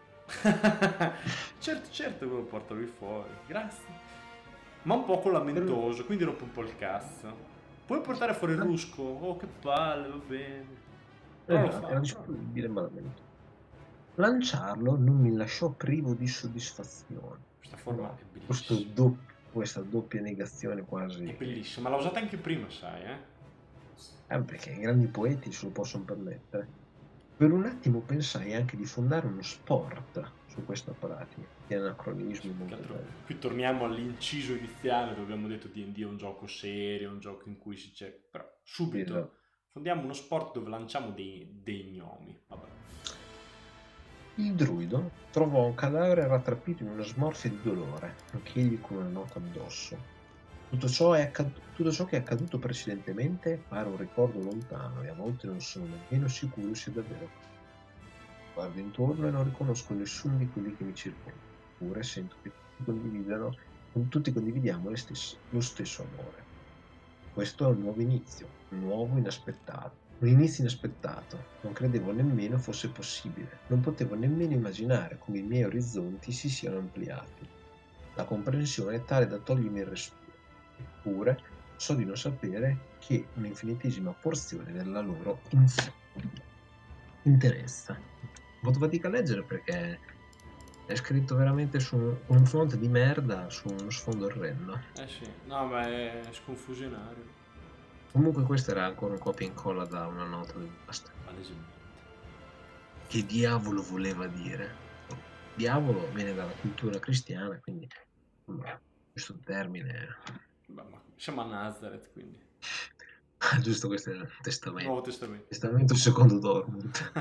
certo, certo che lo porto lui fuori. Grazie. Ma un poco lamentoso, quindi rompo un po' il cazzo. Puoi portare fuori il rusco? Oh, che palle, va bene. Eh, Non lo no, fa. era disponibile malamente. Lanciarlo non mi lasciò privo di soddisfazione. Questa forma No, è questo bellissima. do- questa doppia negazione quasi. È bellissima, ma l'ha usata anche prima, sai, eh? Eh, perché i grandi poeti se lo possono permettere. Per un attimo pensai anche di fondare uno sport su questa pratica, che è un anacronismo Che molto altro- bello. Qui torniamo all'inciso iniziale dove abbiamo detto D and D è un gioco serio, un gioco in cui si c'è... Però subito Esatto. fondiamo uno sport dove lanciamo dei, dei gnomi. Vabbè. Il druido trovò un cadavere rattrappito in una smorfia di dolore, anch'egli con una nota addosso. Tutto ciò, è accad- tutto ciò che è accaduto precedentemente pare un ricordo lontano e a volte non sono nemmeno sicuro sia davvero così. Guardo intorno e non riconosco nessuno di quelli che mi circondano, eppure sento che tutti condividano, tutti condividiamo le stesse- lo stesso amore. Questo è un nuovo inizio, un nuovo inaspettato. Un inizio inaspettato. Non credevo nemmeno fosse possibile. Non potevo nemmeno immaginare come i miei orizzonti si siano ampliati. La comprensione è tale da togliermi il respiro. Eppure so di non sapere che un'infinitesima porzione della loro inf- interessa. Ho fatto fatica a leggere perché è scritto veramente su un, un fronte di merda su uno sfondo orrendo. Eh sì, no, ma è sconfusionario. Comunque questo era ancora un copia e incolla da una nota del master. Palesemente. Che diavolo voleva dire? Diavolo viene dalla cultura cristiana, quindi insomma, questo termine... Beh, ma siamo a Nazareth, quindi. Ah, giusto, questo è il testamento. Nuovo Testamento. Testamento secondo Dortmund.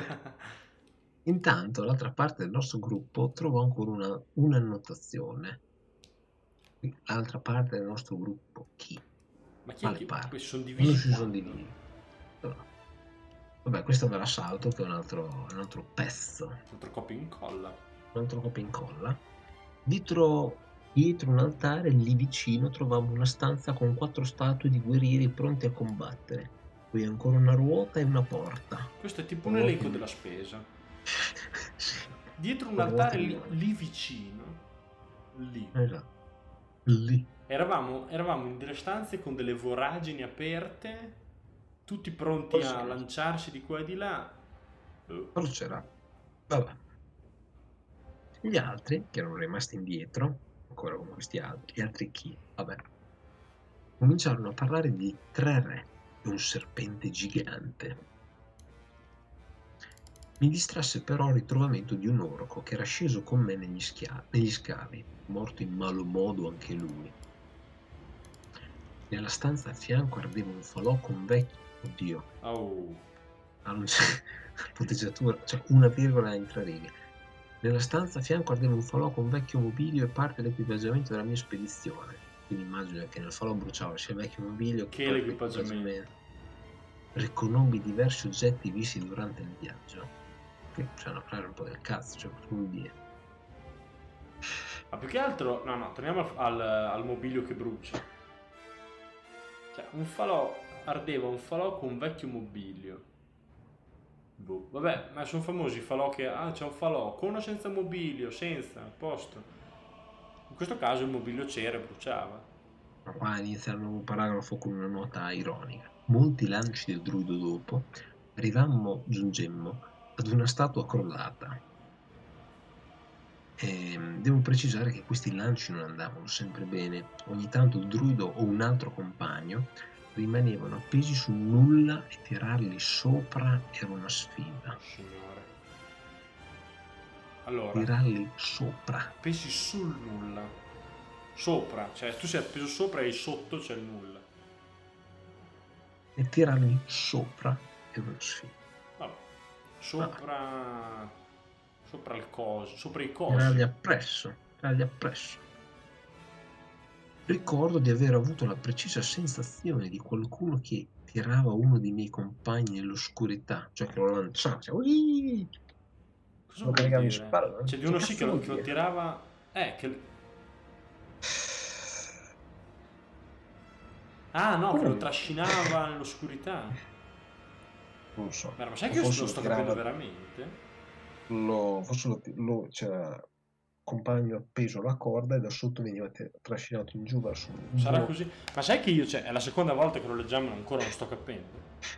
Intanto l'altra parte del nostro gruppo trovò ancora una, una annotazione. L'altra parte del nostro gruppo, chi? Ma chi è Quale che parte? questi sono Non divisi si sono quando? divisi. No. Vabbè, questo ve l'assalto, che è un altro, un altro pezzo, Un altro copia e incolla. un altro copia e incolla. Dietro, dietro un altare, lì vicino, trovavo una stanza con quattro statue di guerrieri pronti a combattere. Poi ancora una ruota e una porta. Questo è tipo un Con elenco ruote- della spesa. Sì, Dietro un con altare ruote di lì, oro. lì vicino. Lì. Esatto. Lì. Eravamo, eravamo in delle stanze con delle voragini aperte, tutti pronti Forse a che- lanciarsi di qua e di là. Eh, Cosa c'era? Vabbè. Gli altri, che erano rimasti indietro, ancora come questi altri, gli altri chi? Vabbè. Cominciarono a parlare di tre re e un serpente gigante. Mi distrasse però il ritrovamento di un orco che era sceso con me negli, schia- negli scavi, morto in malo modo anche lui. Nella stanza a fianco ardeva un falò con vecchio... Oddio, Oh. ah, non c'è punteggiatura, cioè una virgola in tre righe. Nella stanza a fianco ardeva un falò con vecchio mobilio e parte dell'equipaggiamento della mia spedizione. Quindi immagino che nel falò bruciava sia il vecchio mobilio Che poi l'equipaggiamento. Riconobbi diversi oggetti visti durante il viaggio. Che c'è una frase un po' del cazzo, cioè cosa vuol dire? Ma più che altro, no, no, torniamo al, al, al mobilio che brucia. Cioè, un falò, ardeva un falò con vecchio mobilio. Boh. Vabbè, ma sono famosi i falò che, ah, c'è un falò, con o senza mobilio, senza, a posto. In questo caso il mobilio c'era e bruciava. Ma qua inizia il nuovo paragrafo con una nota ironica. Molti lanci del druido dopo, arrivammo, giungemmo ad una statua crollata. E devo precisare che questi lanci non andavano sempre bene. Ogni tanto il druido o un altro compagno rimanevano appesi sul nulla e tirarli sopra era una sfida. Signore. Allora, Tirarli sopra. pesi sul nulla. Sopra, cioè tu sei appeso sopra e sotto c'è il nulla. E tirarli sopra era una sfida. Vabbè. Sopra... Sopra il coso, sopra i cosi. Tirarli appresso, tirarli appresso. Ricordo di aver avuto la precisa sensazione di qualcuno che tirava uno dei miei compagni nell'oscurità, cioè che lo lanciava, cioè, "Ui!" Cosa lo vuol caricavi in dire? spalla, no? C'è di Che uno cazzo sì che lo, vuol che lo dire? tirava... Eh, che... Ah, no, che lo Comunque. trascinava nell'oscurità. Non lo so. Ma ma sai O che io forse lo lo sto tirava- capendo veramente? Lo, forse lo, lo- c'era il compagno appeso alla corda e da sotto veniva te- trascinato in giù verso il Sarà boh. così? Ma sai che io, cioè, è la seconda volta che lo leggiamo e ancora non sto capendo.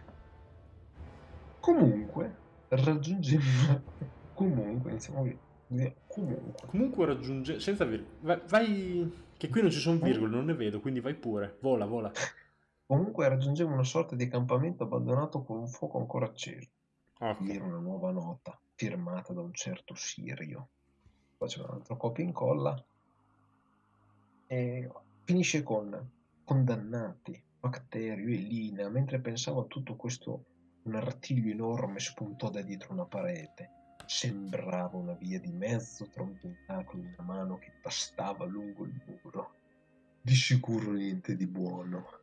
Comunque, raggiungemmo. Comunque, iniziamo a dire. Comunque. Comunque raggiunge... Senza virgole. Vai, vai... Che qui non ci sono virgole, non ne vedo, quindi vai pure. Vola, vola. Comunque raggiungemmo una sorta di accampamento abbandonato con un fuoco ancora acceso. Ok. Era una nuova nota, firmata da un certo Sirio. Poi c'è un altro copia e incolla. E finisce con condannati, Bacterio e Lina. Mentre pensavo a tutto questo, un artiglio enorme spuntò da dietro una parete. Sembrava una via di mezzo tra un tentacolo e una mano che tastava lungo il muro. Di sicuro niente di buono.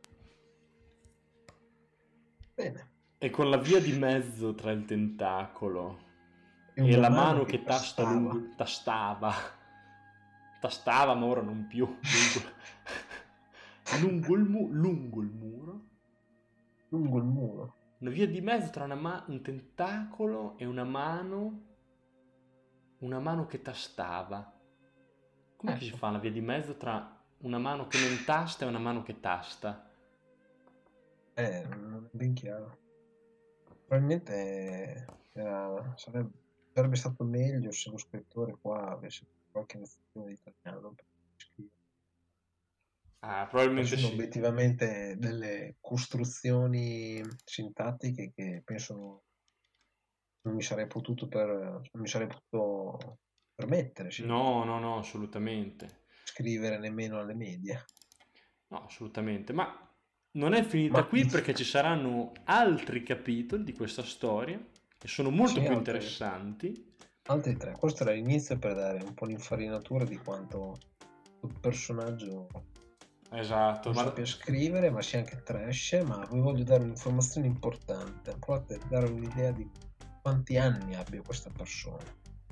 Bene. E con la via di mezzo tra il tentacolo E e una la mano mano che che tasta tastava. lungo... Tastava. Tastava, ma ora non più. Lungo, lungo, il, mu- lungo il muro. Lungo il muro. Una via di mezzo tra una ma- un tentacolo e una mano... Una mano che tastava. Come Eh, si sì. fa una via di mezzo tra una mano che non tasta e una mano che tasta? Eh, non è ben chiaro. Probabilmente era- sarebbe, sarebbe stato meglio se lo scrittore qua avesse qualche nozione di italiano per scrivere. Ah, probabilmente Sono sì. obiettivamente delle costruzioni sintattiche che penso non, non mi sarei potuto per, non mi sarei potuto permettere sì, No, no, no, assolutamente. scrivere nemmeno alle medie. No, assolutamente. Ma non è finita Ma qui perché ci saranno altri capitoli di questa storia che sono molto Sì, più altri. interessanti. Altri tre. Questo era l'inizio per dare un po' l'infarinatura di quanto un personaggio Esatto, non ma sappia scrivere, ma sia anche trash, ma vi voglio dare un'informazione importante. Provate a dare un'idea di quanti anni abbia questa persona.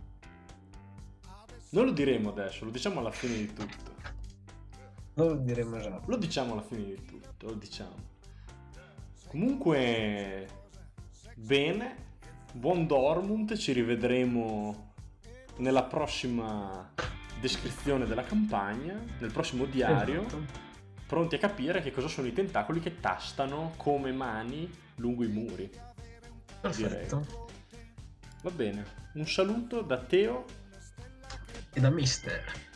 non lo diremo adesso, lo diciamo alla fine di tutto. Non lo diremo esatto. Lo diciamo alla fine di tutto, lo diciamo. Comunque, bene, buon Dortmund, ci rivedremo nella prossima descrizione della campagna, nel prossimo diario, Esatto. pronti a capire che cosa sono i tentacoli che tastano come mani lungo i muri. Perfetto. Va bene, un saluto da Teo E da Mister.